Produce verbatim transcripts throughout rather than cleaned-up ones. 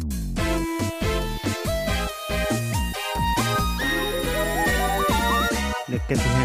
熱血編。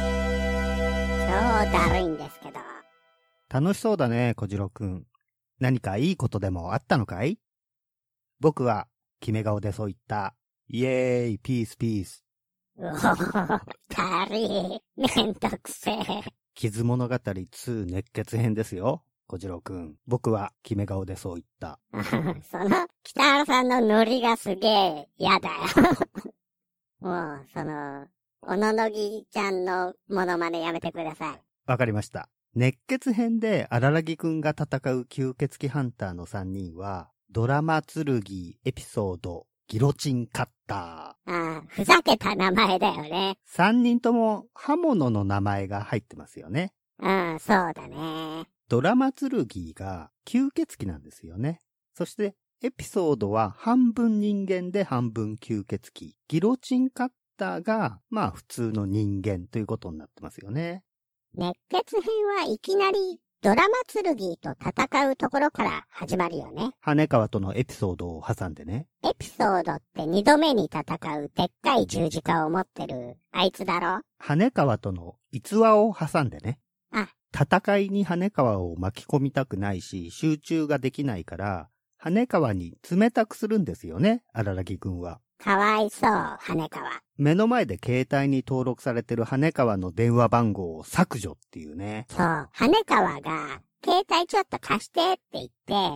超だるいんですけど。 楽しそうだね、小次郎くん。何かいいことでもあったのかい？僕は決め顔でそう言った。イエーイ、ピースピース。 うおー、だるい。めんどくせえ。 傷物語ツー熱血編ですよ、小次郎くん。僕は決め顔でそう言った。 その、北原さんのノリがすげえ嫌だよ。もう、その、おののぎちゃんのモノマネやめてください。 わかりました。熱血編で荒らぎくんが戦う吸血鬼ハンターのさんにんは、ドラマ剣エピソードギロチンカッター。 ああ、ふざけた名前だよね。 さんにんとも刃物の名前が入ってますよね。 うん、そうだね。 ドラマ剣が吸血鬼なんですよね。そしてエピソードは半分人間で半分吸血鬼。ギロチンカッターがまあ普通の人間ということになってますよね。 熱血編はいきなりドラマ剣と戦うところから始まるよね。 羽川とのエピソードを挟んでね。 エピソードって二度目に戦うでっかい十字架を持ってるあいつだろ？ 羽川との逸話を挟んでね。 あ、 戦いに羽川を巻き込みたくないし、集中ができないから、羽川に冷たくするんですよね、荒らぎくんは。 かわいそう、羽川。 目の前で携帯に登録されてる羽川の電話番号を削除っていうね。 そう、羽川が、携帯ちょっと貸してって言って、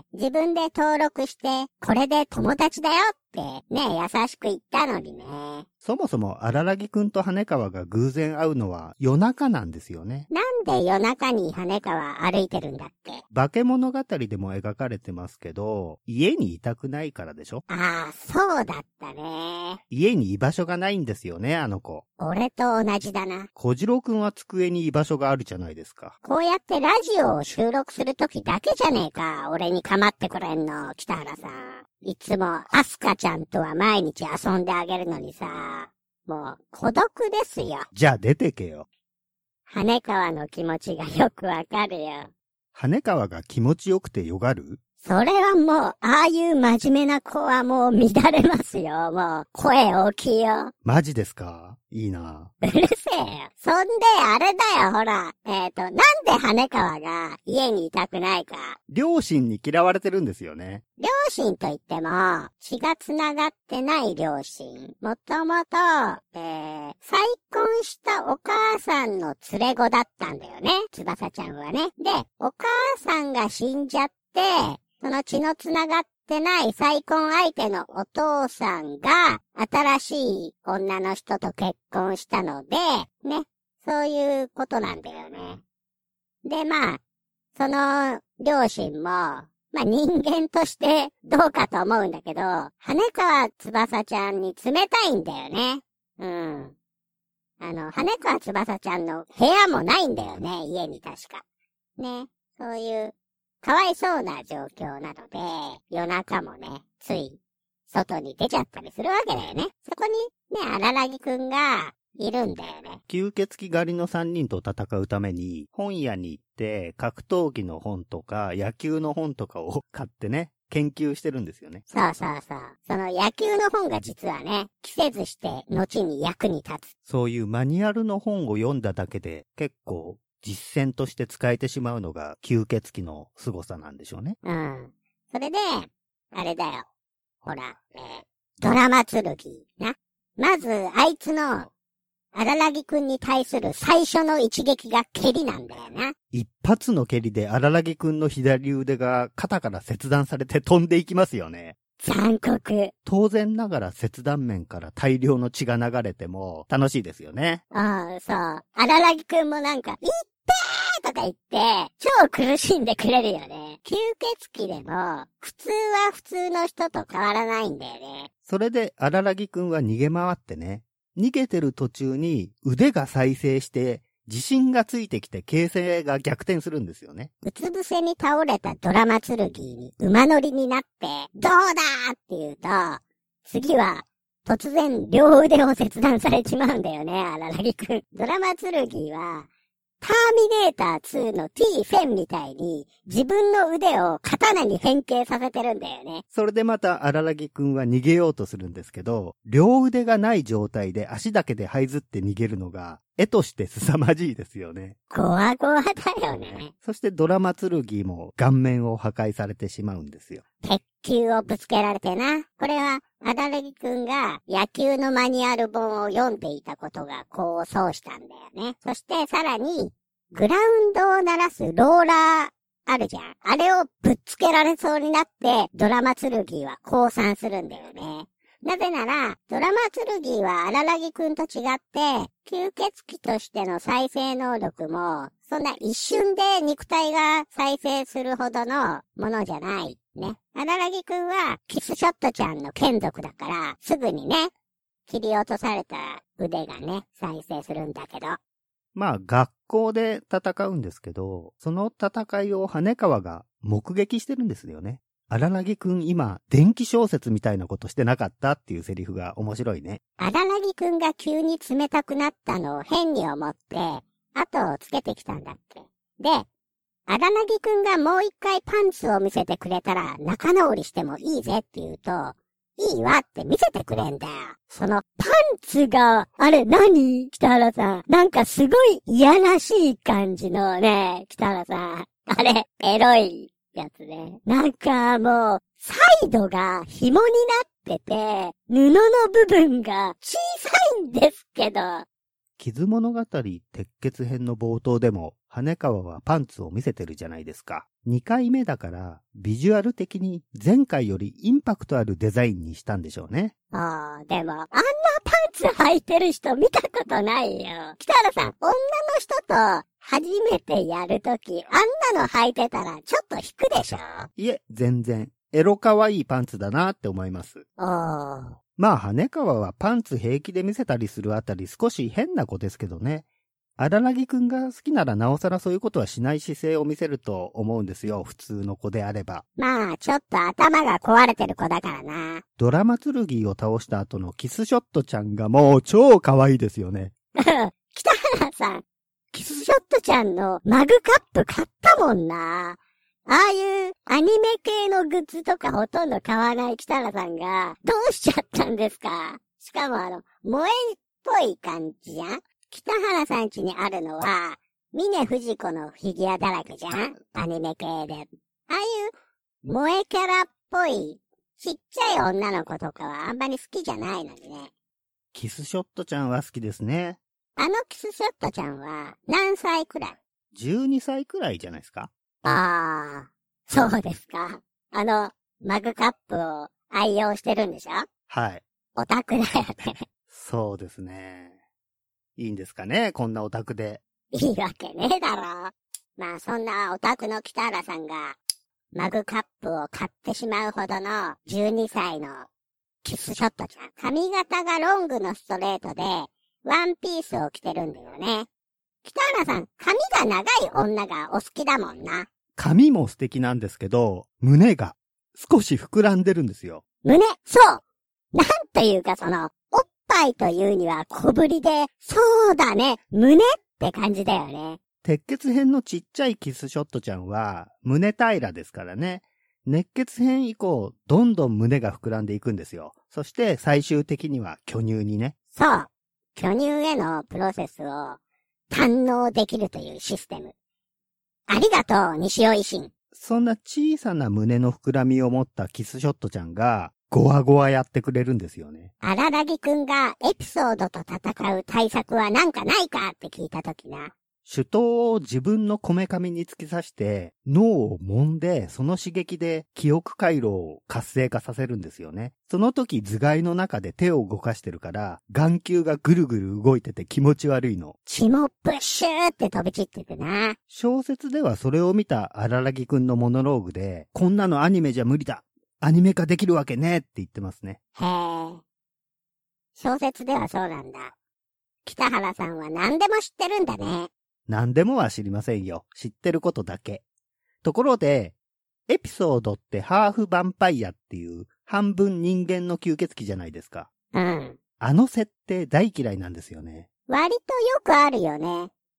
自分で登録して、これで友達だよってね、優しく言ったのにね。 そもそも荒らぎくんと羽川が偶然会うのは夜中なんですよね。 なんで夜中に羽川歩いてるんだっけ？ 化け物語でも描かれてますけど、家にいたくないからでしょ？ ああ、そうだったね。 家に居場所がないんですよね、あの子。 俺と同じだな。 小次郎くんは机に居場所があるじゃないですか。 こうやってラジオを収録するときだけじゃねえか。俺に構ってくれんの、北原さん。いつもアスカちゃんとは毎日遊んであげるのにさ、もう孤独ですよ。 じゃあ出てけよ。 羽川の気持ちがよくわかるよ。 羽川が気持ちよくてよがる？ それはもう、ああいう真面目な子はもう乱れますよ。もう、声大きいよ。 マジですか？いいな。 うるせえよ。そんで、あれだよ、ほら。えっと、なんで羽川が家にいたくないか。 両親に嫌われてるんですよね。 両親といっても、血が繋がってない両親。もともと、えー、再婚したお母さんの連れ子だったんだよね。翼ちゃんはね。で、お母さんが死んじゃって、その血の繋がってない再婚相手のお父さんが新しい女の人と結婚したので、ね、そういうことなんだよね。で、まあ、その両親も、まあ人間としてどうかと思うんだけど、羽川翼ちゃんに冷たいんだよね。うん。あの、羽川翼ちゃんの部屋もないんだよね、家に確か。ね、そういう、かわいそうな状況なので、夜中もね、つい、外に出ちゃったりするわけだよね。そこに、ね、荒らぎくんが、いるんだよね。 吸血鬼狩りのさんにんと戦うために、本屋に行って、格闘技の本とか、野球の本とかを買ってね、研究してるんですよね。 そうそうそう。その野球の本が実はね、季節して、後に役に立つ。 そういうマニュアルの本を読んだだけで、結構、実践として使えてしまうのが吸血鬼の凄さなんでしょうね。 うん。それで、あれだよ。ほら、えー、ドラマ剣な。まず、あいつの、荒らぎくんに対する最初の一撃が蹴りなんだよな。 一発の蹴りで荒らぎくんの左腕が肩から切断されて飛んでいきますよね。 残酷。 当然ながら切断面から大量の血が流れても楽しいですよね。 ああ、そう。荒らぎくんもなんか、いってーとか言って、超苦しんでくれるよね。吸血鬼でも、普通は普通の人と変わらないんだよね。 それで荒らぎくんは逃げ回ってね、逃げてる途中に腕が再生して自信がついてきて形勢が逆転するんですよね。 うつ伏せに倒れたドラマ剣に馬乗りになって、どうだーって言うと、次は突然両腕を切断されちまうんだよね、荒らぎくん。ドラマ剣はターミネーターツーの T フェンみたいに自分の腕を刀に変形させてるんだよね。 それでまた荒木くんは逃げようとするんですけど、両腕がない状態で足だけで這いずって逃げるのが絵として凄まじいですよね。 ゴワゴワだよね。 そしてドラマ剣も顔面を破壊されてしまうんですよ。 鉄球をぶつけられてな。これは荒木くんが野球のマニュアル本を読んでいたことが功を奏したんだよね。そしてさらにグラウンドを鳴らすローラーあるじゃん。あれをぶっつけられそうになってドラマ剣は降参するんだよね。なぜなら、ドラマ剣は荒木くんと違って、吸血鬼としての再生能力も、そんな一瞬で肉体が再生するほどのものじゃない。ね。荒木くんは、キスショットちゃんの眷属だから、すぐにね、切り落とされた腕がね、再生するんだけど。 まあ、学校で戦うんですけど、その戦いを羽川が目撃してるんですよね。荒木くん今、電気小説みたいなことしてなかったっていうセリフが面白いね。 荒木くんが急に冷たくなったのを変に思って、後をつけてきたんだっけ。で、荒木くんがもう一回パンツを見せてくれたら仲直りしてもいいぜって言うと、いいわって見せてくれんだよ。そのパンツが、あれ何？北原さん。なんかすごいいやらしい感じのね、北原さん。あれ、エロい。やつね。なんかもう、サイドが紐になってて、布の部分が小さいんですけど。 傷物語鉄血編の冒頭でも、羽川はパンツを見せてるじゃないですか。にかいめだから、ビジュアル的に前回よりインパクトあるデザインにしたんでしょうね。 ああ、でも、あんなパンツ履いてる人見たことないよ。北原さん、女の人と初めてやるとき、あんなの履いてたらちょっと引くでしょ？ いえ、全然。エロ可愛いパンツだなって思います。 おー。 まあ、羽川はパンツ平気で見せたりするあたり少し変な子ですけどね。荒木くんが好きならなおさらそういうことはしない姿勢を見せると思うんですよ。普通の子であれば。 まあ、ちょっと頭が壊れてる子だからな。 ドラマ剣を倒した後のキスショットちゃんがもう超可愛いですよね。 北原さん、キスショットちゃんのマグカップ買ったもんな。ああいうアニメ系のグッズとかほとんど買わない北原さんが、どうしちゃったんですか？しかもあの、萌えっぽい感じじゃん？北原さん家にあるのは、峰不二子のフィギュアだらけじゃん？アニメ系で。ああいう萌えキャラっぽい、ちっちゃい女の子とかはあんまり好きじゃないのにね。 キスショットちゃんは好きですね。 あのキスショットちゃんは何歳くらい？ じゅうに 歳くらいじゃないですか？ ああ、そうですか。あの、マグカップを愛用してるんでしょ？ はい。 オタクだよね。 そうですね。いいんですかね、こんなオタクで。 いいわけねえだろ。まあそんなオタクの北原さんが、マグカップを買ってしまうほどのじゅうにさいのキスショットちゃん。髪型がロングのストレートで、ワンピースを着てるんだよね。北原さん、髪が長い女がお好きだもんな。 髪も素敵なんですけど、胸が少し膨らんでるんですよ。 胸、そうなんというかその、おっぱいというには小ぶりで、そうだね、胸って感じだよね。 鉄血編のちっちゃいキスショットちゃんは、胸平らですからね。熱血編以降、どんどん胸が膨らんでいくんですよ。そして最終的には巨乳にね。 そう。巨乳へのプロセスを堪能できるというシステム。ありがとう、西尾維新。 そんな小さな胸の膨らみを持ったキスショットちゃんが、ゴワゴワやってくれるんですよね。 荒木くんがエピソードと戦う対策はなんかないかって聞いたときな。 手刀を自分のこめかみに突き刺して脳を揉んでその刺激で記憶回路を活性化させるんですよね。その時頭蓋の中で手を動かしてるから眼球がぐるぐる動いてて気持ち悪いの。 血もプッシューって飛び散っててな。 小説ではそれを見た荒木くんのモノローグでこんなのアニメじゃ無理だ。アニメ化できるわけねって言ってますね。 へー。小説ではそうなんだ。北原さんは何でも知ってるんだね。 何でもは知りませんよ。知ってることだけ。ところで、エピソードってハーフヴァンパイアっていう半分人間の吸血鬼じゃないですか。 うん。 あの設定大嫌いなんですよね。 割とよくあるよね。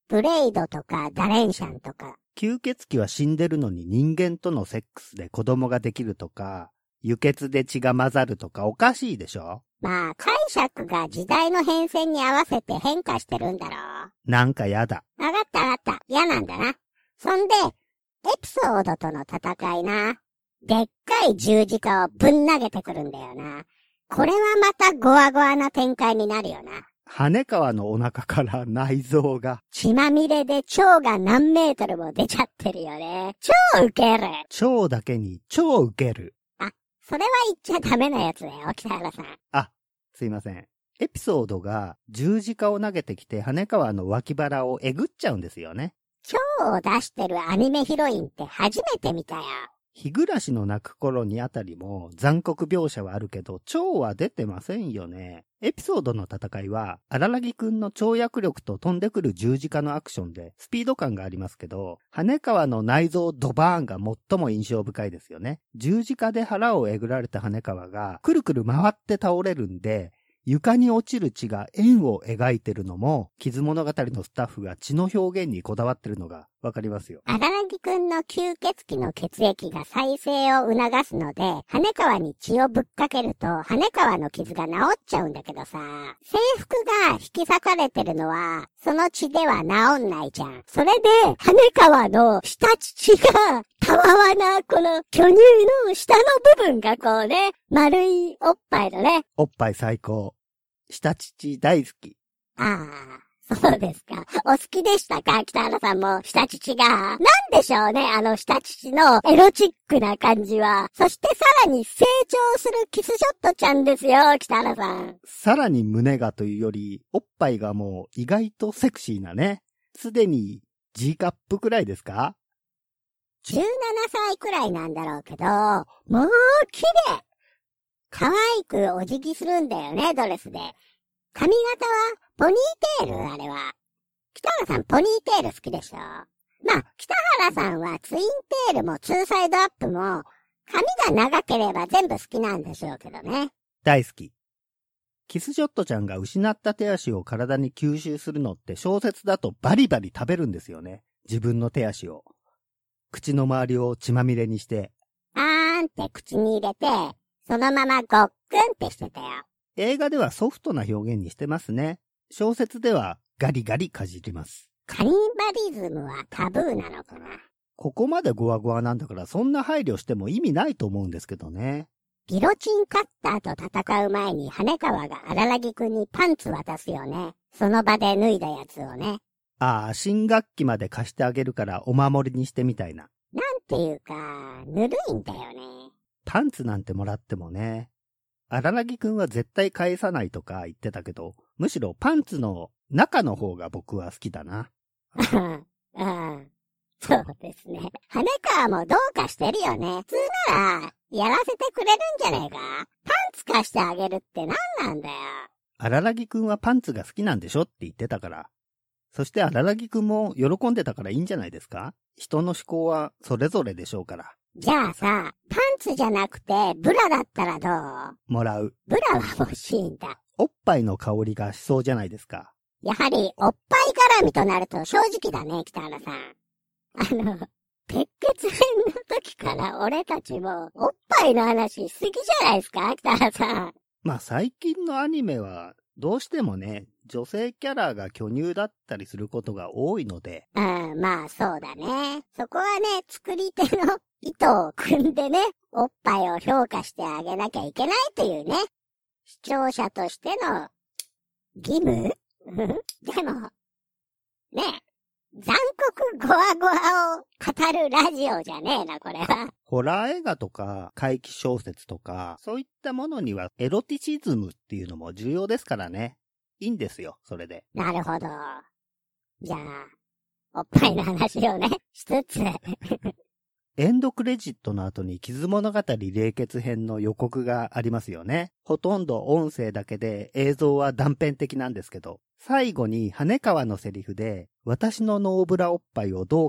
ブレイドとかダレンシャンとか。 吸血鬼は死んでるのに人間とのセックスで子供ができるとか、輸血で血が混ざるとかおかしいでしょ？ まあ、解釈が時代の変遷に合わせて変化してるんだろう。 なんかやだ。 わかったわかった。嫌なんだな。そんで、エピソードとの戦いな。でっかい十字架をぶん投げてくるんだよな。これはまたゴワゴワな展開になるよな。 羽川のお腹から内臓が。 血まみれで腸が何メートルも出ちゃってるよね。超ウケる。 腸だけに超ウケる。 あ、それは言っちゃダメなやつだよ、北原さん。 あ、すいません。エピソードが十字架を投げてきて羽川の脇腹をえぐっちゃうんですよね。 腸を出してるアニメヒロインって初めて見たよ。 日暮らしの泣く頃にあたりも残酷描写はあるけど、腸は出てませんよね。エピソードの戦いは、荒木くんの跳躍力と飛んでくる十字架のアクションでスピード感がありますけど、羽川の内臓ドバーンが最も印象深いですよね。十字架で腹をえぐられた羽川がくるくる回って倒れるんで、床に落ちる血が円を描いてるのも、傷物語のスタッフが血の表現にこだわってるのがわかりますよ。 荒木くんの吸血鬼の血液が再生を促すので、羽川に血をぶっかけると、羽川の傷が治っちゃうんだけどさ、制服が引き裂かれてるのは、その血では治んないじゃん。それで、羽川の下乳が、たわわな、この巨乳の下の部分がこうね、丸いおっぱいのね。 おっぱい最高。下乳大好き。 ああ、そうですか。お好きでしたか？北原さんも下乳が。なんでしょうね、あの下乳のエロチックな感じは。そしてさらに成長するキスショットちゃんですよ、北原さん。 さらに胸がというより、おっぱいがもう意外とセクシーなね。すでに G カップくらいですか？ じゅうななさいくらいなんだろうけど、もう綺麗。可愛くお辞儀するんだよね、ドレスで。髪型はポニーテール、あれは。北原さんポニーテール好きでしょ？まあ、北原さんはツインテールもツーサイドアップも、髪が長ければ全部好きなんでしょうけどね。 大好き。キスショットちゃんが失った手足を体に吸収するのって小説だとバリバリ食べるんですよね。自分の手足を。口の周りを血まみれにして。 あーんって口に入れて、そのままごっくんってしてたよ。 映画ではソフトな表現にしてますね。小説ではガリガリかじります。 カニバリズムはタブーなのかな？ ここまでゴワゴワなんだからそんな配慮しても意味ないと思うんですけどね。 ギロチンカッターと戦う前に羽川が荒木くんにパンツ渡すよね。その場で脱いだやつをね。 ああ、新学期まで貸してあげるからお守りにしてみたいな。 なんていうか、ぬるいんだよね。 パンツなんてもらってもね。荒木くんは絶対返さないとか言ってたけど、むしろパンツの中の方が僕は好きだな。 うん、うん。そうですね。羽川もどうかしてるよね。普通なら、やらせてくれるんじゃねえか？パンツ貸してあげるって何なんだよ。 荒木くんはパンツが好きなんでしょって言ってたから。そして荒木くんも喜んでたからいいんじゃないですか？人の思考はそれぞれでしょうから。 じゃあさ、パンツじゃなくてブラだったらどう？ もらう。 ブラは欲しいんだ。 おっぱいの香りがしそうじゃないですか。 やはりおっぱい絡みとなると正直だね、北原さん。あの、鉄血編の時から俺たちもおっぱいの話しすぎじゃないですか、北原さん。 まあ最近のアニメはどうしてもね、女性キャラが巨乳だったりすることが多いので。 うん、まあそうだね。そこはね、作り手の意図を組んでね、おっぱいを評価してあげなきゃいけないというね、視聴者としての義務でも、ね、残酷ゴワゴワを語るラジオじゃねえな、これは。 ホラー映画とか怪奇小説とか、そういったものにはエロティシズムっていうのも重要ですからね。いいんですよ、それで。 なるほど。じゃあ、おっぱいの話をね、しつつ。 エンドクレジットの後に傷物語冷血編の予告がありますよね。ほとんど音声だけで映像は断片的なんですけど、最後に羽川のセリフで、私のノーブラおっぱいをどうか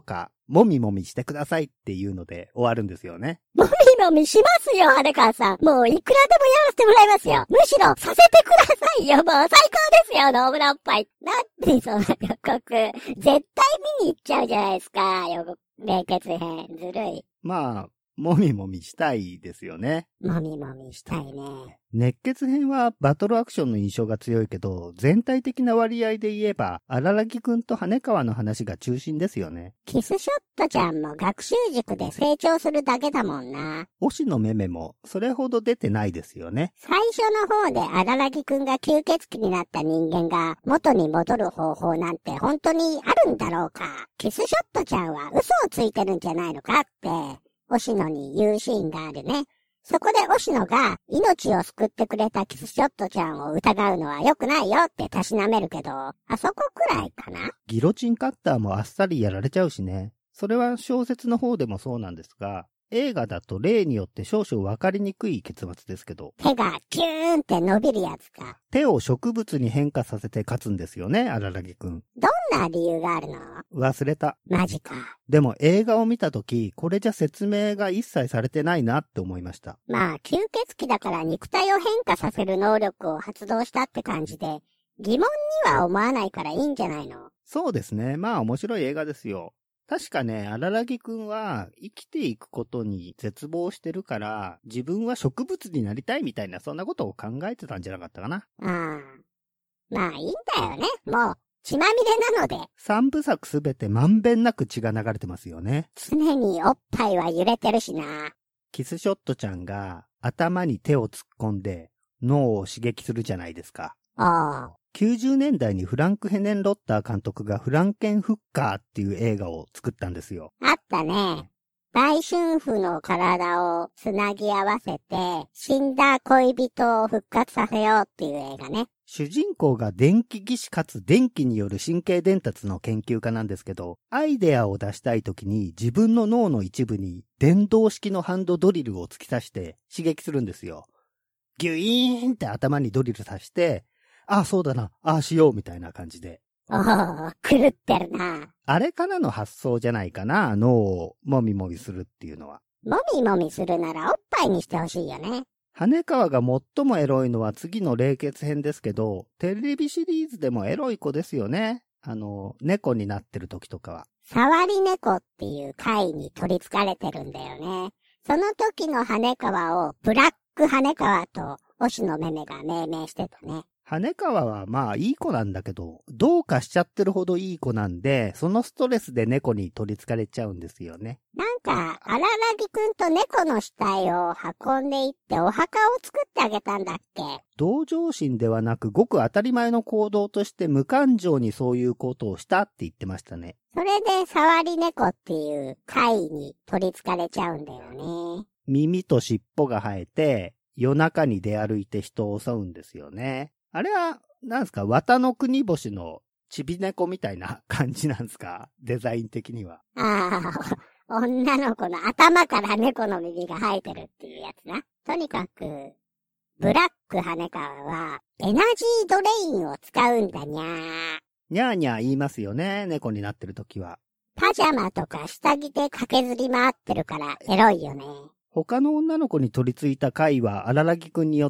もみもみしてくださいっていうので終わるんですよね。 もみもみしますよ、羽川さん。もういくらでもやらせてもらいますよ。むしろさせてくださいよ。もう最高ですよ、ノーブラおっぱい。だってその予告、絶対見に行っちゃうじゃないですか、予告、冷血編。ずるい。 まあ、もみもみしたいですよね。 もみもみしたいね。 熱血編はバトルアクションの印象が強いけど、全体的な割合で言えば、荒らぎくんと羽川の話が中心ですよね。 キスショットちゃんも学習塾で成長するだけだもんな。 推しのめめもそれほど出てないですよね。 最初の方で荒らぎくんが吸血鬼になった人間が元に戻る方法なんて本当にあるんだろうか。キスショットちゃんは嘘をついてるんじゃないのかって、押野に言うシーンがあるね。そこで押野が命を救ってくれたキスショットちゃんを疑うのは良くないよってたしなめるけど、あそこくらいかな。 ギロチンカッターもあっさりやられちゃうしね。それは小説の方でもそうなんですが、映画だと例によって少々分かりにくい結末ですけど。 手がキューンって伸びるやつか。 手を植物に変化させて勝つんですよね、荒らぎくん。 どんな理由があるの？ 忘れた。 マジか。 でも映画を見たとき、これじゃ説明が一切されてないなって思いました。 まあ、吸血鬼だから肉体を変化させる能力を発動したって感じで、疑問には思わないからいいんじゃないの？ そうですね。まあ面白い映画ですよ。確かね、荒らぎくんは生きていくことに絶望してるから、自分は植物になりたいみたいなそんなことを考えてたんじゃなかったかな。 ああ。まあいいんだよね。もう、血まみれなので。 三部作すべてまんべんなく血が流れてますよね。 常におっぱいは揺れてるしな。 キスショットちゃんが頭に手を突っ込んで脳を刺激するじゃないですか。 ああ。 きゅうじゅうねんだいにフランク・ヘネンロッター監督がフランケンフッカーっていう映画を作ったんですよ。 あったね。売春婦の体をつなぎ合わせて死んだ恋人を復活させようっていう映画ね。 主人公が電気技師かつ電気による神経伝達の研究家なんですけど、アイデアを出したい時に自分の脳の一部に電動式のハンドドリルを突き刺して刺激するんですよ。ギュイーンって頭にドリル刺して、ああ、そうだな、ああしようみたいな感じで。 おお、狂ってるな。 あれからの発想じゃないかな、脳をもみもみするっていうのは。 もみもみするならおっぱいにしてほしいよね。 羽川が最もエロいのは次の冷血編ですけど、テレビシリーズでもエロい子ですよね。あの、猫になってる時とかは。 触り猫っていう怪に取り憑かれてるんだよね。その時の羽川をブラック羽川と押野めめが命名してたね。 羽川はまあいい子なんだけど、どうかしちゃってるほどいい子なんで、そのストレスで猫に取り憑かれちゃうんですよね。 なんか、荒らぎくんと猫の死体を運んでいってお墓を作ってあげたんだっけ？ 同情心ではなく、ごく当たり前の行動として無感情にそういうことをしたって言ってましたね。 それで触り猫っていう怪に取り憑かれちゃうんだよね。 耳と尻尾が生えて、夜中に出歩いて人を襲うんですよね。あれは、なんですか、綿の国星のちび猫みたいな感じなんですか？デザイン的には。 ああ、女の子の頭から猫の耳が生えてるっていうやつな。とにかく、ブラック羽川はエナジードレインを使うんだにゃー。 にゃーにゃー言いますよね、猫になってる時は。 パジャマとか下着で駆けずり回ってるからエロいよね。 他の女の子に取り付いた回は荒らぎくんによって、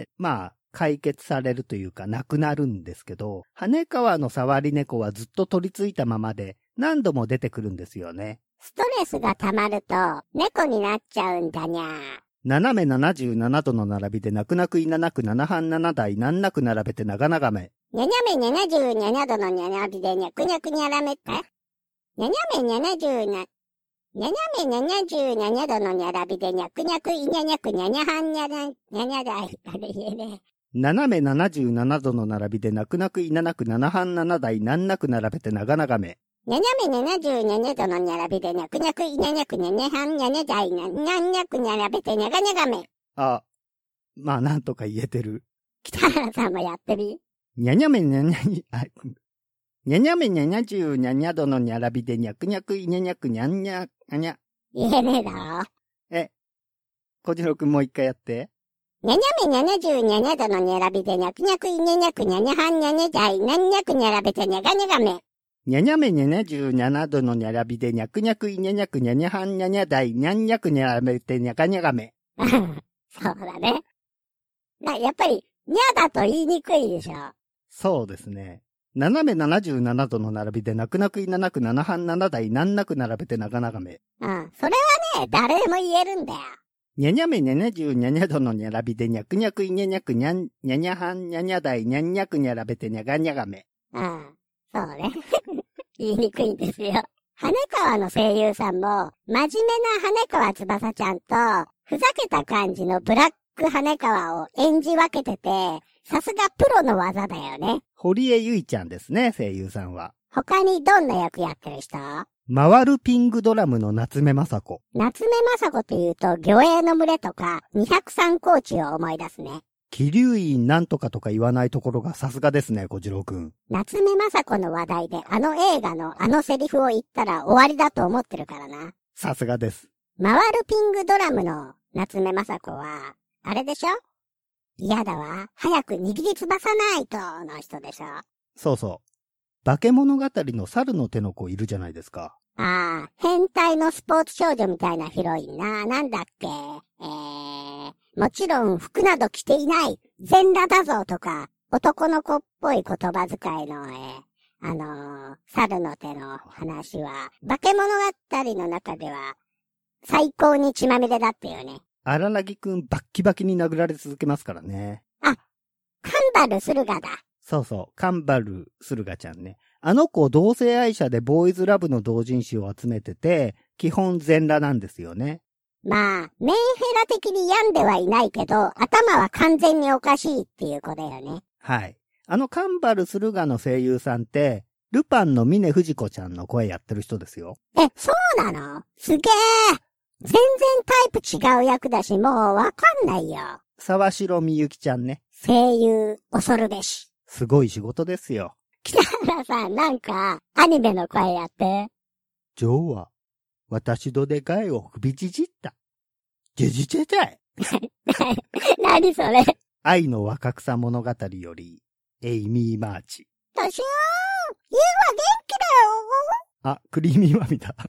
まあ、解決されるというかなくなるんですけど、羽川の触り猫はずっと取り付いたままで何度も出てくるんですよね。 ストレスが溜まると猫になっちゃうんだにゃー。 斜めななじゅうななどの並びで泣く泣くいななく七半七台難なく並べて長々め。 にゃにゃめななじゅうななどの並びでにゃくにゃくにゃらめってにゃにゃめななじゅうな、にゃにゃめななじゅうななどの並びでにゃくにゃくいにゃにゃくにゃにゃはんにゃな、にゃにゃだい、あれ言えね。 斜めななじゅうななどの並びで泣く泣くいななく七半七台難なく並べて長々め。 にゃにゃめななじゅうななどの並びでにゃくにゃくいにゃにゃくにゃにゃはんにゃにゃだいな、にゃにゃく並べてにゃがにゃがめ。 あ、まあなんとか言えてる。 北原さんもやってみ。 にゃにゃめにゃにゃにゃ、にゃにゃめにゃにゃじゅうにゃにゃどの並びでにゃくにゃくいにゃにゃくにゃんにゃ、あにゃ。 言えねえだろ。 え、小次郎くんもう一回やって。 にゃにゃめななじゅうななどの並びでにゃくにゃくいにゃにゃくにゃにゃはんにゃにゃだいなんにゃく並べてにゃがにゃがめ。 にゃにゃめにゃにゃじゅうななどのにゃらびでにゃくにゃくいにゃにゃくにゃにゃはんにゃにゃだいにゃんにゃくにゃらべてにゃかにゃがめ。 そうだね。な、やっぱり、にゃだと言いにくいでしょ。 そうですね。斜めななじゅうななどの並びでなくなくいななくななはんななだいなんなく並べてなかながめ。 うん。それはね、誰でも言えるんだよ。 にゃにゃめにゃにゃじゅうにゃにゃどのにゃらびでにゃくにゃくいにゃにゃくにゃんにゃにゃはんにゃにゃだいにゃんにゃくにゃらべてにゃがにゃがめ。 うん。そうね。言いにくいんですよ。羽川の声優さんも、真面目な羽川翼ちゃんと、ふざけた感じのブラック羽川を演じ分けてて、さすがプロの技だよね。 堀江由衣ちゃんですね、声優さんは。 他にどんな役やってる人？ 回るピングドラムの夏目雅子。 夏目雅子って言うと、魚影の群れとか、にひゃくさんコーチを思い出すね。 気流院なんとかとか言わないところがさすがですね、小次郎くん。 夏目雅子の話題であの映画のあのセリフを言ったら終わりだと思ってるからな。 さすがです。 回るピングドラムの夏目雅子は、あれでしょ？嫌だわ。早く握りつばさないとの人でしょ。 そうそう。化け物語の猿の手の子いるじゃないですか。 ああ、変態のスポーツ少女みたいなヒロインな。なんだっけ。えー、もちろん服など着ていない。全裸だぞとか、男の子っぽい言葉遣いの、えー、あのー、猿の手の話は、化け物語の中では、最高に血まみれだったよね。 荒木くんバッキバキに殴られ続けますからね。 あ、カンバル駿河だ。 そうそう、カンバル駿河ちゃんね。あの子同性愛者でボーイズラブの同人誌を集めてて、基本全裸なんですよね。 まあ、メンヘラ的に病んではいないけど、頭は完全におかしいっていう子だよね。 はい。あのカンバル駿河の声優さんって、ルパンの峰不二子ちゃんの声やってる人ですよ。 え、そうなの？すげー。全然タイプ違う役だし、もうわかんないよ。 沢城みゆきちゃんね。 声優、恐るべし。 すごい仕事ですよ。 北原さん、なんか、アニメの声やって。 ジョーは、私とでかいを首ちじった。ジェジジェジェイ。 何それ。 愛の若草物語より、エイミー・マーチ。 トシオーン、ユウは元気だよ。 あ、クリーミーマミだ。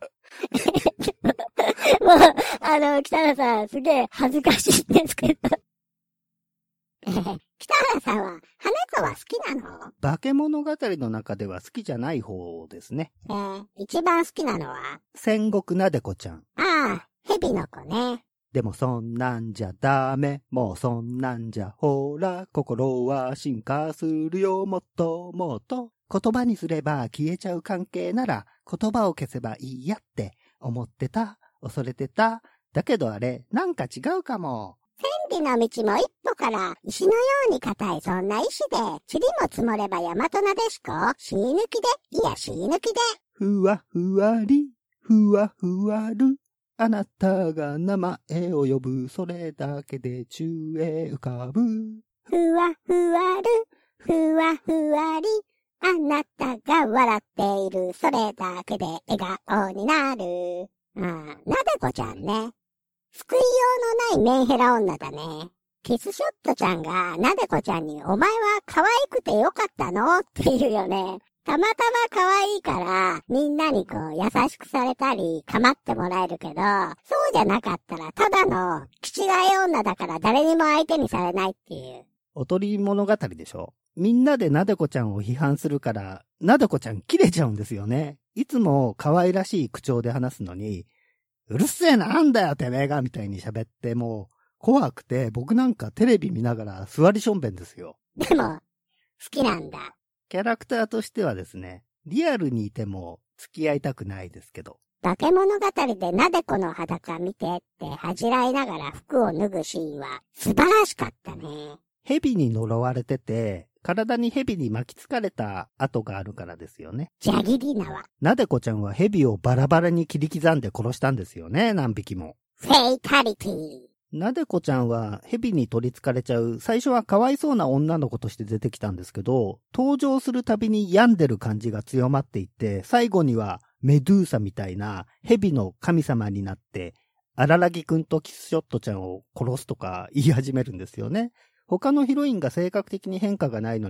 もう、あの、北原さん、すげえ恥ずかしいんですけど。えー、北原さんは、羽川好きなの？ 化け物語の中では好きじゃない方ですね。 えー、一番好きなのは？ 戦国なでこちゃん。 ああ、蛇の子ね。 でもそんなんじゃダメ。もうそんなんじゃほら、心は進化するよ。もっともっと。言葉にすれば消えちゃう関係なら、言葉を消せばいいやって思ってた。恐れてた。だけどあれ、なんか違うかも。 千里の道も一歩から石のように硬いそんな石で、塵も積もれば大和なでしこ、し抜きで、いやし抜きで。 ふわふわり、ふわふわる。あなたが名前を呼ぶ、それだけで宙へ浮かぶ。 ふわふわる、ふわふわり。あなたが笑っている、それだけで笑顔になる。ああ、なでこちゃんね。救いようのないメンヘラ女だね。キスショットちゃんがなでこちゃんにお前は可愛くてよかったのって言うよね。たまたま可愛いからみんなにこう優しくされたり構ってもらえるけど、そうじゃなかったらただの気違い女だから誰にも相手にされないっていう。 おとり物語でしょ。みんなでなでこちゃんを批判するから、なでこちゃん切れちゃうんですよね。いつも可愛らしい口調で話すのに、うるせえな、なんだよてめえがみたいに喋ってもう怖くて、僕なんかテレビ見ながら座りしょんべんですよ。 でも、好きなんだ。 キャラクターとしてはですね、リアルにいても付き合いたくないですけど。 化け物語でなでこの裸見てって恥じらいながら服を脱ぐシーンは素晴らしかったね。 蛇に呪われてて、体に蛇に巻きつかれた跡があるからですよね。 ジャギリナは。 なでこちゃんは蛇をバラバラに切り刻んで殺したんですよね、何匹も。 フェイタリティ。 なでこちゃんは蛇に取り憑かれちゃう、最初はかわいそうな女の子として出てきたんですけど、登場するたびに病んでる感じが強まっていって、最後にはメドゥーサみたいな蛇の神様になって、荒木くんとキスショットちゃんを殺すとか言い始めるんですよね。他のヒロインが性格的に変化がないのに、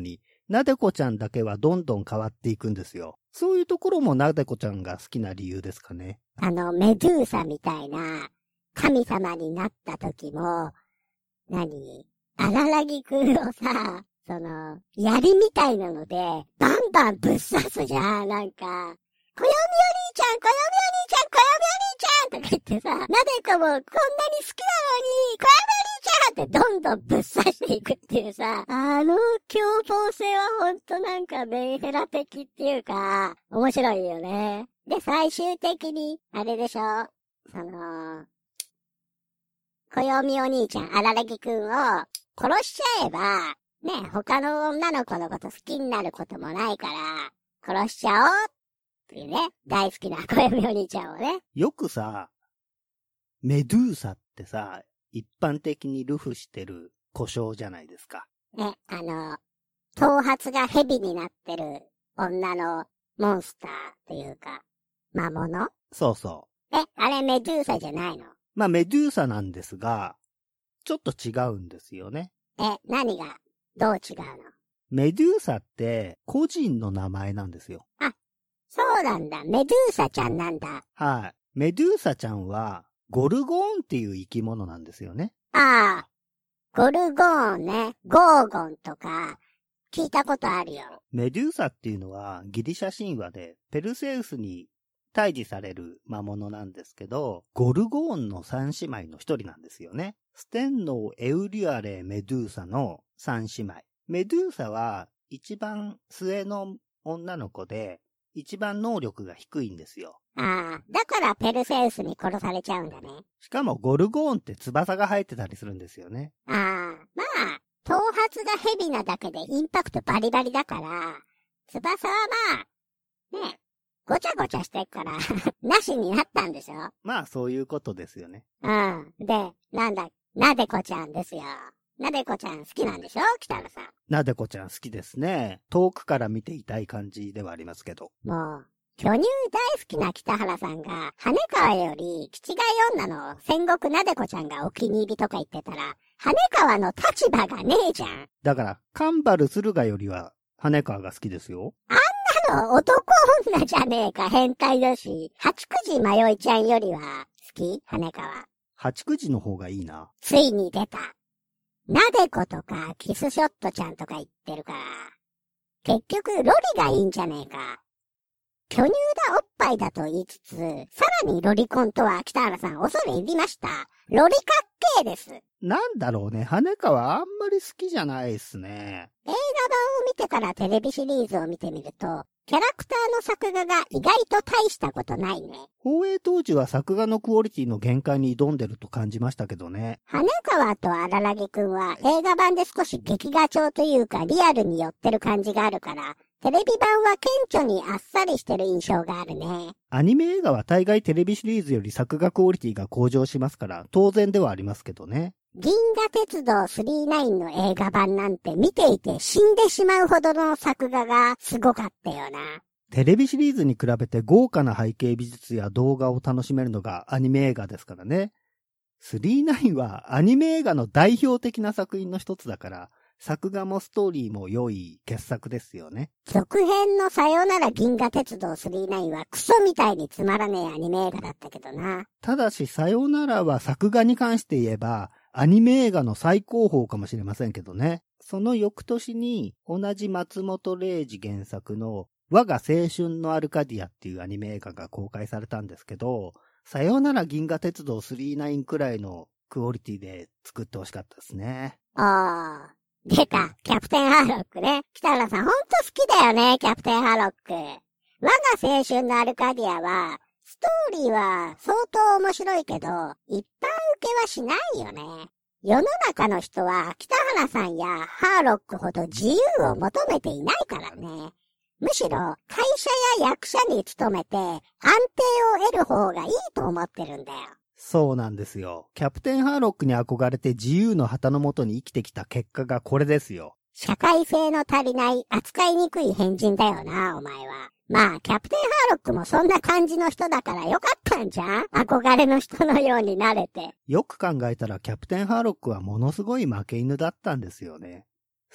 なでこちゃんだけはどんどん変わっていくんですよ。そういうところもなでこちゃんが好きな理由ですかね。 あの、メドゥーサみたいな神様になった時も、何荒らぎくんをさ、その、槍みたいなので、バンバンぶっ刺すじゃん、なんか。小読みお兄ちゃん、小読みお兄ちゃん、小読みお兄ちゃんとか言ってさ、なでこもこんなに好きなのに、小読みお兄ちゃんってどんどんぶっ刺していくっていうさ、あの凶暴性はほんとなんかメンヘラ的っていうか、面白いよね。で、最終的に、あれでしょ、その、小読みお兄ちゃん、荒らぎくんを殺しちゃえば、ね、他の女の子のこと好きになることもないから、殺しちゃおうっていうね、大好きな小読みお兄ちゃんをね。 よくさ、メドゥーサってさ、一般的に流布してる呼称じゃないですか。 ね、あの、頭髪が蛇になってる女のモンスターっていうか、魔物？ そうそう。 え、あれメドゥーサじゃないの？ まあメドゥーサなんですが、ちょっと違うんですよね。 え、何がどう違うの？ メドゥーサって個人の名前なんですよ。 あ、そうなんだ。メドゥーサちゃんなんだ。 はい。メドゥーサちゃんはゴルゴーンっていう生き物なんですよね。 ああ、ゴルゴーンね。ゴーゴンとか聞いたことあるよ。 メドゥーサっていうのはギリシャ神話でペルセウスに退治される魔物なんですけど、ゴルゴーンの三姉妹の一人なんですよね。ステンノー、エウリアレ、メドゥーサの三姉妹。メドゥーサは一番末の女の子で、一番能力が低いんですよ。 ああ、だからペルセウスに殺されちゃうんだね。 しかもゴルゴーンって翼が生えてたりするんですよね。 ああ、まあ、頭髪が蛇なだけでインパクトバリバリだから、翼はまあ、ね、ごちゃごちゃしてっから、なしになったんでしょ？ まあそういうことですよね。 うん。で、なんだ、なでこちゃんですよ。なでこちゃん好きなんでしょ？北野さん。 なでこちゃん好きですね。遠くから見ていたい感じではありますけど。 もう、巨乳大好きな北原さんが、羽川より、キチガイ女の戦国なでこちゃんがお気に入りとか言ってたら、羽川の立場がねえじゃん。 だから、カンバル駿河よりは、羽川が好きですよ。 あんなの男女じゃねえか、変態だし。八九時迷いちゃんよりは、好き？羽川。 八九時の方がいいな。 ついに出た。なでことか、キスショットちゃんとか言ってるから。結局、ロリがいいんじゃねえか。巨乳だおっぱいだと言いつつ、さらにロリコンとは北原さん恐れ入りました。ロリかっけーです。 なんだろうね、羽川あんまり好きじゃないっすね。 映画版を見てからテレビシリーズを見てみると、キャラクターの作画が意外と大したことないね。 放映当時は作画のクオリティの限界に挑んでると感じましたけどね。 羽川と荒らくんは映画版で少し劇画調というかリアルに寄ってる感じがあるから、テレビ版は顕著にあっさりしてる印象があるね。 アニメ映画は大概テレビシリーズより作画クオリティが向上しますから当然ではありますけどね。 銀河鉄道スリーナインの映画版なんて見ていて死んでしまうほどの作画がすごかったよな。 テレビシリーズに比べて豪華な背景美術や動画を楽しめるのがアニメ映画ですからね。スリーナインはアニメ映画の代表的な作品の一つだから、作画もストーリーも良い傑作ですよね。 続編のさよなら銀河鉄道スリーナインはクソみたいにつまらねえアニメ映画だったけどな。 ただしさよならは作画に関して言えば、アニメ映画の最高峰かもしれませんけどね。その翌年に同じ松本零士原作の我が青春のアルカディアっていうアニメ映画が公開されたんですけど、さよなら銀河鉄道スリーナインくらいのクオリティで作ってほしかったですね。 ああ、出た、キャプテンハーロックね。北原さんほんと好きだよね、キャプテンハーロック。我が青春のアルカディアは、ストーリーは相当面白いけど、一般受けはしないよね。世の中の人は北原さんやハーロックほど自由を求めていないからね。むしろ会社や役者に勤めて安定を得る方がいいと思ってるんだよ。 そうなんですよ。キャプテンハーロックに憧れて自由の旗の下に生きてきた結果がこれですよ。 社会性の足りない扱いにくい変人だよな、お前は。まあ、キャプテンハーロックもそんな感じの人だからよかったんじゃん？憧れの人のようになれて。 よく考えたらキャプテンハーロックはものすごい負け犬だったんですよね。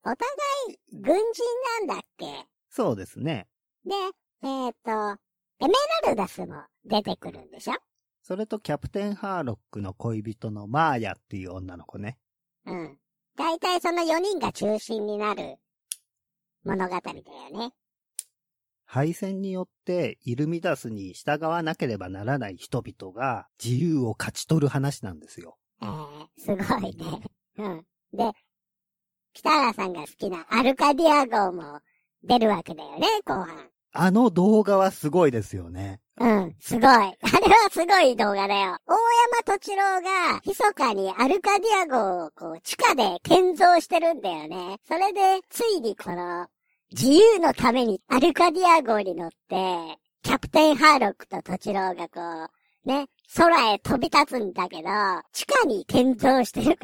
お互い軍人なんだっけ？ そうですね。 で、えーと、エメラルダスも出てくるんでしょ？ それとキャプテンハーロックの恋人のマーヤっていう女の子ね。 うん。だいたいそのよにんが中心になる物語だよね。 敗戦によってイルミダスに従わなければならない人々が自由を勝ち取る話なんですよ。 えー、すごいね。うん。で、北原さんが好きなアルカディア号も出るわけだよね、後半。 あの動画はすごいですよね。 うん、すごい。あれはすごい動画だよ。大山敏郎が、密かにアルカディア号をこう、地下で建造してるんだよね。それで、ついにこの、自由のためにアルカディア号に乗って、キャプテンハーロックと敏郎がこう、ね、空へ飛び立つんだけど、地下に建造してるから、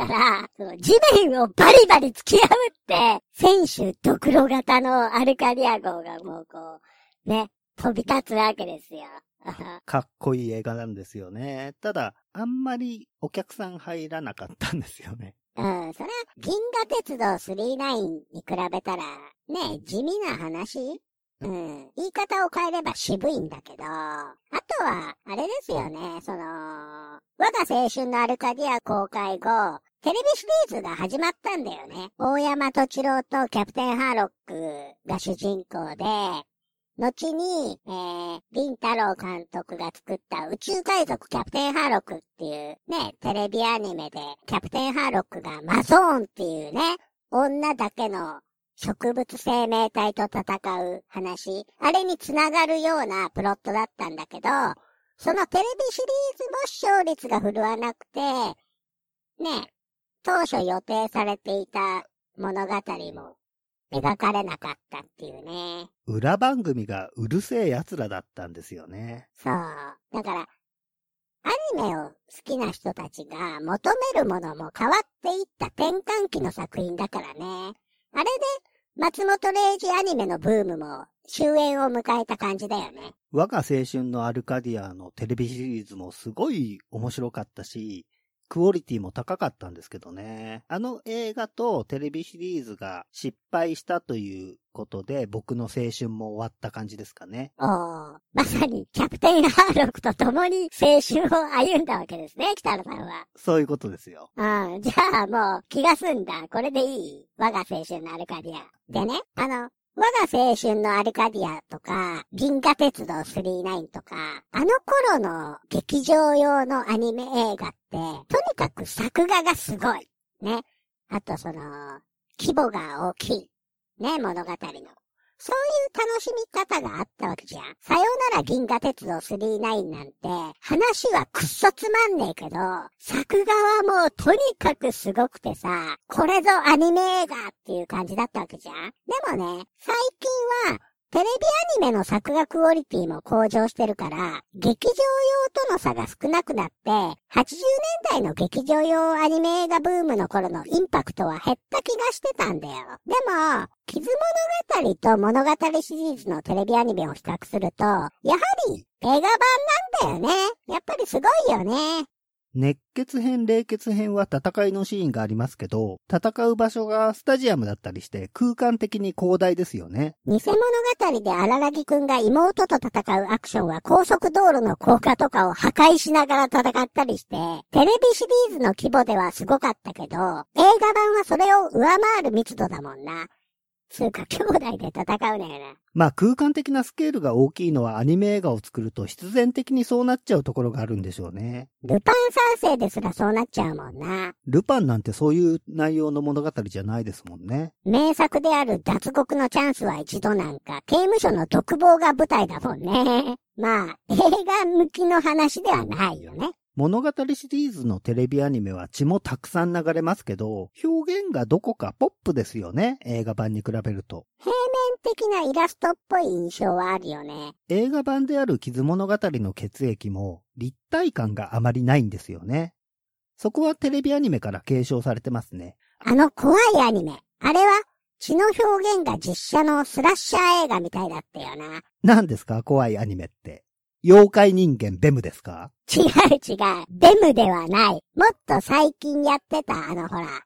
地面をバリバリ突き破って、選手ドクロ型のアルカディア号がもうこう、ね、飛び立つわけですよ。 かっこいい映画なんですよね。ただ、あんまりお客さん入らなかったんですよね。 うん、それは銀河鉄道スリーナインに比べたら、ね、地味な話？うん、言い方を変えれば渋いんだけど、あとは、あれですよね、その、我が青春のアルカディア公開後、テレビシリーズが始まったんだよね。大山敏郎とキャプテンハーロックが主人公で、後に、えー、林太郎監督が作った宇宙海賊キャプテンハーロックっていうね、テレビアニメで、キャプテンハーロックがマゾーンっていうね、女だけの植物生命体と戦う話、あれにつながるようなプロットだったんだけど、そのテレビシリーズも視聴率が振るわなくて、ね、当初予定されていた物語も描かれなかったっていうね。 裏番組がうるせえ奴らだったんですよね。 そう。だから、アニメを好きな人たちが求めるものも変わっていった転換期の作品だからね。あれで、松本零士アニメのブームも終焉を迎えた感じだよね。 我が青春のアルカディアのテレビシリーズもすごい面白かったし、クオリティも高かったんですけどね。あの映画とテレビシリーズが失敗したということで、僕の青春も終わった感じですかね。 おー、まさにキャプテンハーロックと共に青春を歩んだわけですね、北野さんは。 そういうことですよ。 うん、じゃあもう気が済んだ。これでいい？我が青春のアルカディア。でね、あの、我が青春のアルカディアとか、銀河鉄道スリーナインとか、あの頃の劇場用のアニメ映画って、とにかく作画がすごい。ね。あとその、規模が大きい。ね、物語の。そういう楽しみ方があったわけじゃん。さよなら銀河鉄道スリーナインなんて、話はくっそつまんねえけど、作画はもうとにかくすごくてさ、これぞアニメ映画っていう感じだったわけじゃん。でもね、最近は、テレビアニメの作画クオリティも向上してるから、劇場用との差が少なくなって、はちじゅうねんだいの劇場用アニメ映画ブームの頃のインパクトは減った気がしてたんだよ。でも、傷物語と物語シリーズのテレビアニメを比較すると、やはり映画版なんだよね。やっぱりすごいよね。 熱血編、冷血編は戦いのシーンがありますけど、戦う場所がスタジアムだったりして空間的に広大ですよね。 偽物語で荒木くんが妹と戦うアクションは高速道路の高架とかを破壊しながら戦ったりして、テレビシリーズの規模ではすごかったけど、映画版はそれを上回る密度だもんな。つうか兄弟で戦うねよな。 まあ空間的なスケールが大きいのはアニメ映画を作ると必然的にそうなっちゃうところがあるんでしょうね。 ルパン三世ですらそうなっちゃうもんな。 ルパンなんてそういう内容の物語じゃないですもんね。 名作である脱獄のチャンスは一度なんか刑務所の独房が舞台だもんね。まあ映画向きの話ではないよね。 物語シリーズのテレビアニメは血もたくさん流れますけど、表現がどこかポップですよね、映画版に比べると。 平面的なイラストっぽい印象はあるよね。 映画版である傷物語の血液も立体感があまりないんですよね。そこはテレビアニメから継承されてますね。 あの怖いアニメ、あれは血の表現が実写のスラッシャー映画みたいだったよな。 何ですか、怖いアニメって。妖怪人間ベムですか？ 違う違う。ベムではない。もっと最近やってたあのほら、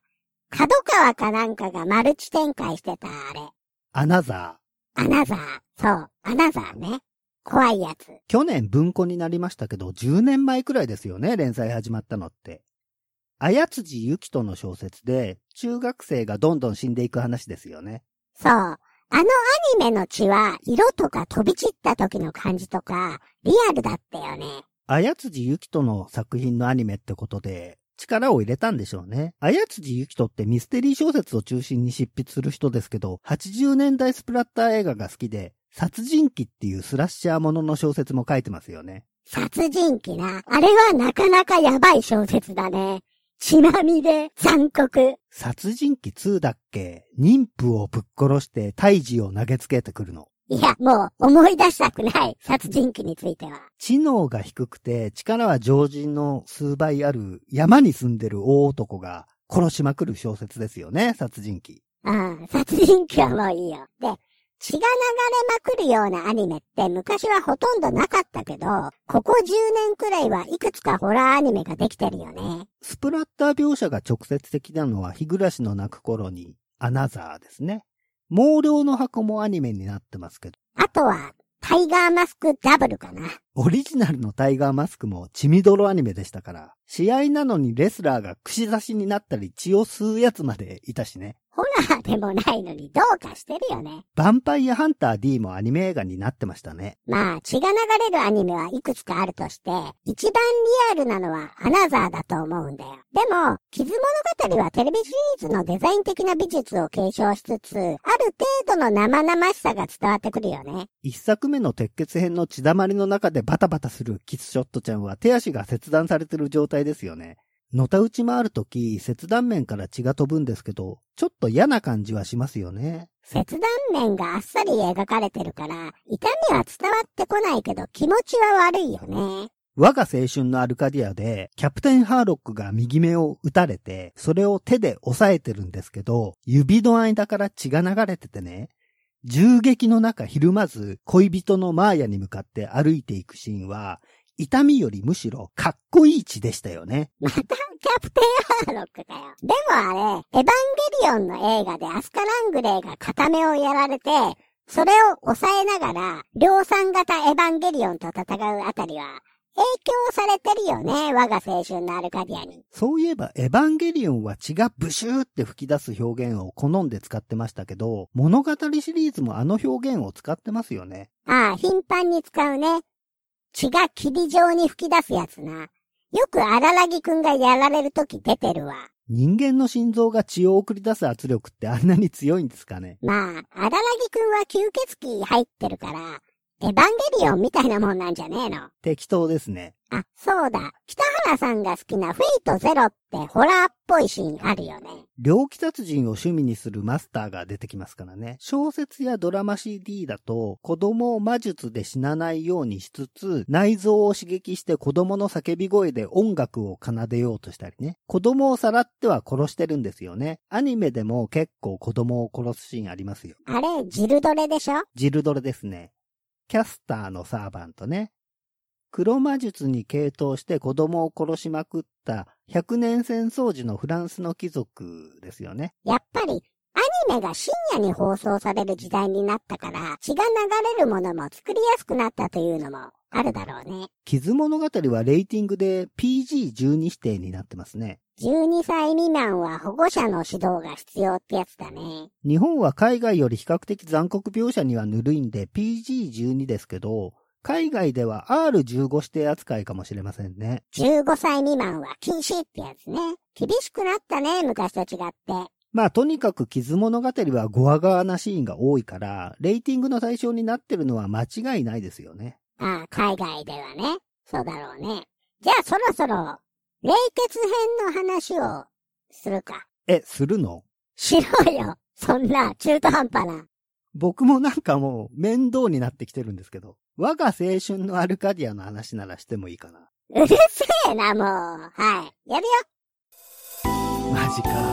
角川かなんかがマルチ展開してた、あれ。 アナザー。アナザー。そう、アナザーね。怖いやつ。 去年文庫になりましたけど、じゅうねんまえくらいですよね、連載始まったのって。綾辻ゆきとの小説で、中学生がどんどん死んでいく話ですよね。 そう。あのアニメの血は、色とか飛び散った時の感じとか、リアルだったよね。 綾辻ゆきとの作品のアニメってことで、力を入れたんでしょうね。綾辻ゆきとってミステリー小説を中心に執筆する人ですけど、はちじゅうねんだいスプラッター映画が好きで、殺人鬼っていうスラッシャーものの小説も書いてますよね。 殺人鬼な。あれはなかなかやばい小説だね。血まみれ、残酷。 殺人鬼ツーだっけ？妊婦をぶっ殺して胎児を投げつけてくるの。 いや、もう思い出したくない。殺人鬼については。 知能が低くて力は常人の数倍ある山に住んでる大男が殺しまくる小説ですよね、殺人鬼。 ああ、殺人鬼はもういいよ。で、血が流れまくるようなアニメって昔はほとんどなかったけど、ここじゅうねんくらいはいくつかホラーアニメができてるよね。 スプラッター描写が直接的なのは日暮らしの泣く頃にアナザーですね。毛量の箱もアニメになってますけど。 あとは、タイガーマスクダブルかな。 オリジナルのタイガーマスクも血みどろアニメでしたから、試合なのにレスラーが串刺しになったり血を吸うやつまでいたしね。 ホラーでもないのにどうかしてるよね。 ヴァンパイアハンター D もアニメ映画になってましたね。 まあ、血が流れるアニメはいくつかあるとして、一番リアルなのはアナザーだと思うんだよ。でも、傷物語はテレビシリーズのデザイン的な美術を継承しつつ、ある程度の生々しさが伝わってくるよね。 一作目の鉄血編の血だまりの中でバタバタするキスショットちゃんは手足が切断されてる状態ですよね。のたうち回るとき、切断面から血が飛ぶんですけど、ちょっと嫌な感じはしますよね。 切断面があっさり描かれてるから、痛みは伝わってこないけど気持ちは悪いよね。 我が青春のアルカディアで、キャプテンハーロックが右目を撃たれて、それを手で押さえてるんですけど、指の間から血が流れててね、銃撃の中ひるまず恋人のマーヤに向かって歩いていくシーンは、痛みよりむしろかっこいい血でしたよね。 またキャプテンハーロックかよ。でもあれ、エヴァンゲリオンの映画でアスカ・ラングレーが片目をやられて、それを抑えながら、量産型エヴァンゲリオンと戦うあたりは、影響されてるよね、我が青春のアルカディアに。 そういえばエヴァンゲリオンは血がブシューって吹き出す表現を好んで使ってましたけど、物語シリーズもあの表現を使ってますよね。 ああ、頻繁に使うね。血が霧状に吹き出すやつな。よく荒らぎくんがやられるとき出てるわ。 人間の心臓が血を送り出す圧力ってあんなに強いんですかね。 まあ、荒らぎくんは吸血鬼入ってるから、エヴァンゲリオンみたいなもんなんじゃねえの。 適当ですね。 あ、そうだ。北原さんが好きなフェイトゼロってホラーっぽいシーンあるよね。 猟奇殺人を趣味にするマスターが出てきますからね。小説やドラマ シーディー だと子供を魔術で死なないようにしつつ内臓を刺激して子供の叫び声で音楽を奏でようとしたりね。子供をさらっては殺してるんですよね。アニメでも結構子供を殺すシーンありますよ。 あれ、ジルドレでしょ？ ジルドレですね。キャスターのサーバントね。黒魔術に傾倒して子供を殺しまくった百年戦争時のフランスの貴族ですよね。 やっぱりアニメが深夜に放送される時代になったから血が流れるものも作りやすくなったというのもあるだろうね。 傷物語はレーティングで ピージーじゅうに 指定になってますね。 じゅうにさい未満は保護者の指導が必要ってやつだね。 日本は海外より比較的残酷描写にはぬるいんで ピージーじゅうに ですけど、海外では アールじゅうご 指定扱いかもしれませんね。 じゅうごさい未満は禁止ってやつね。厳しくなったね、昔と違って。 まあとにかく傷物語はゴワゴワなシーンが多いから、レーティングの対象になってるのは間違いないですよね。 ああ、海外ではね。そうだろうね。じゃあそろそろ、冷血編の話をするか。 え、するの？ しろよ。そんな中途半端な。 僕もなんかもう面倒になってきてるんですけど、我が青春のアルカディアの話ならしてもいいかな。 うるせえな、もう。はい。やるよ。 マジか。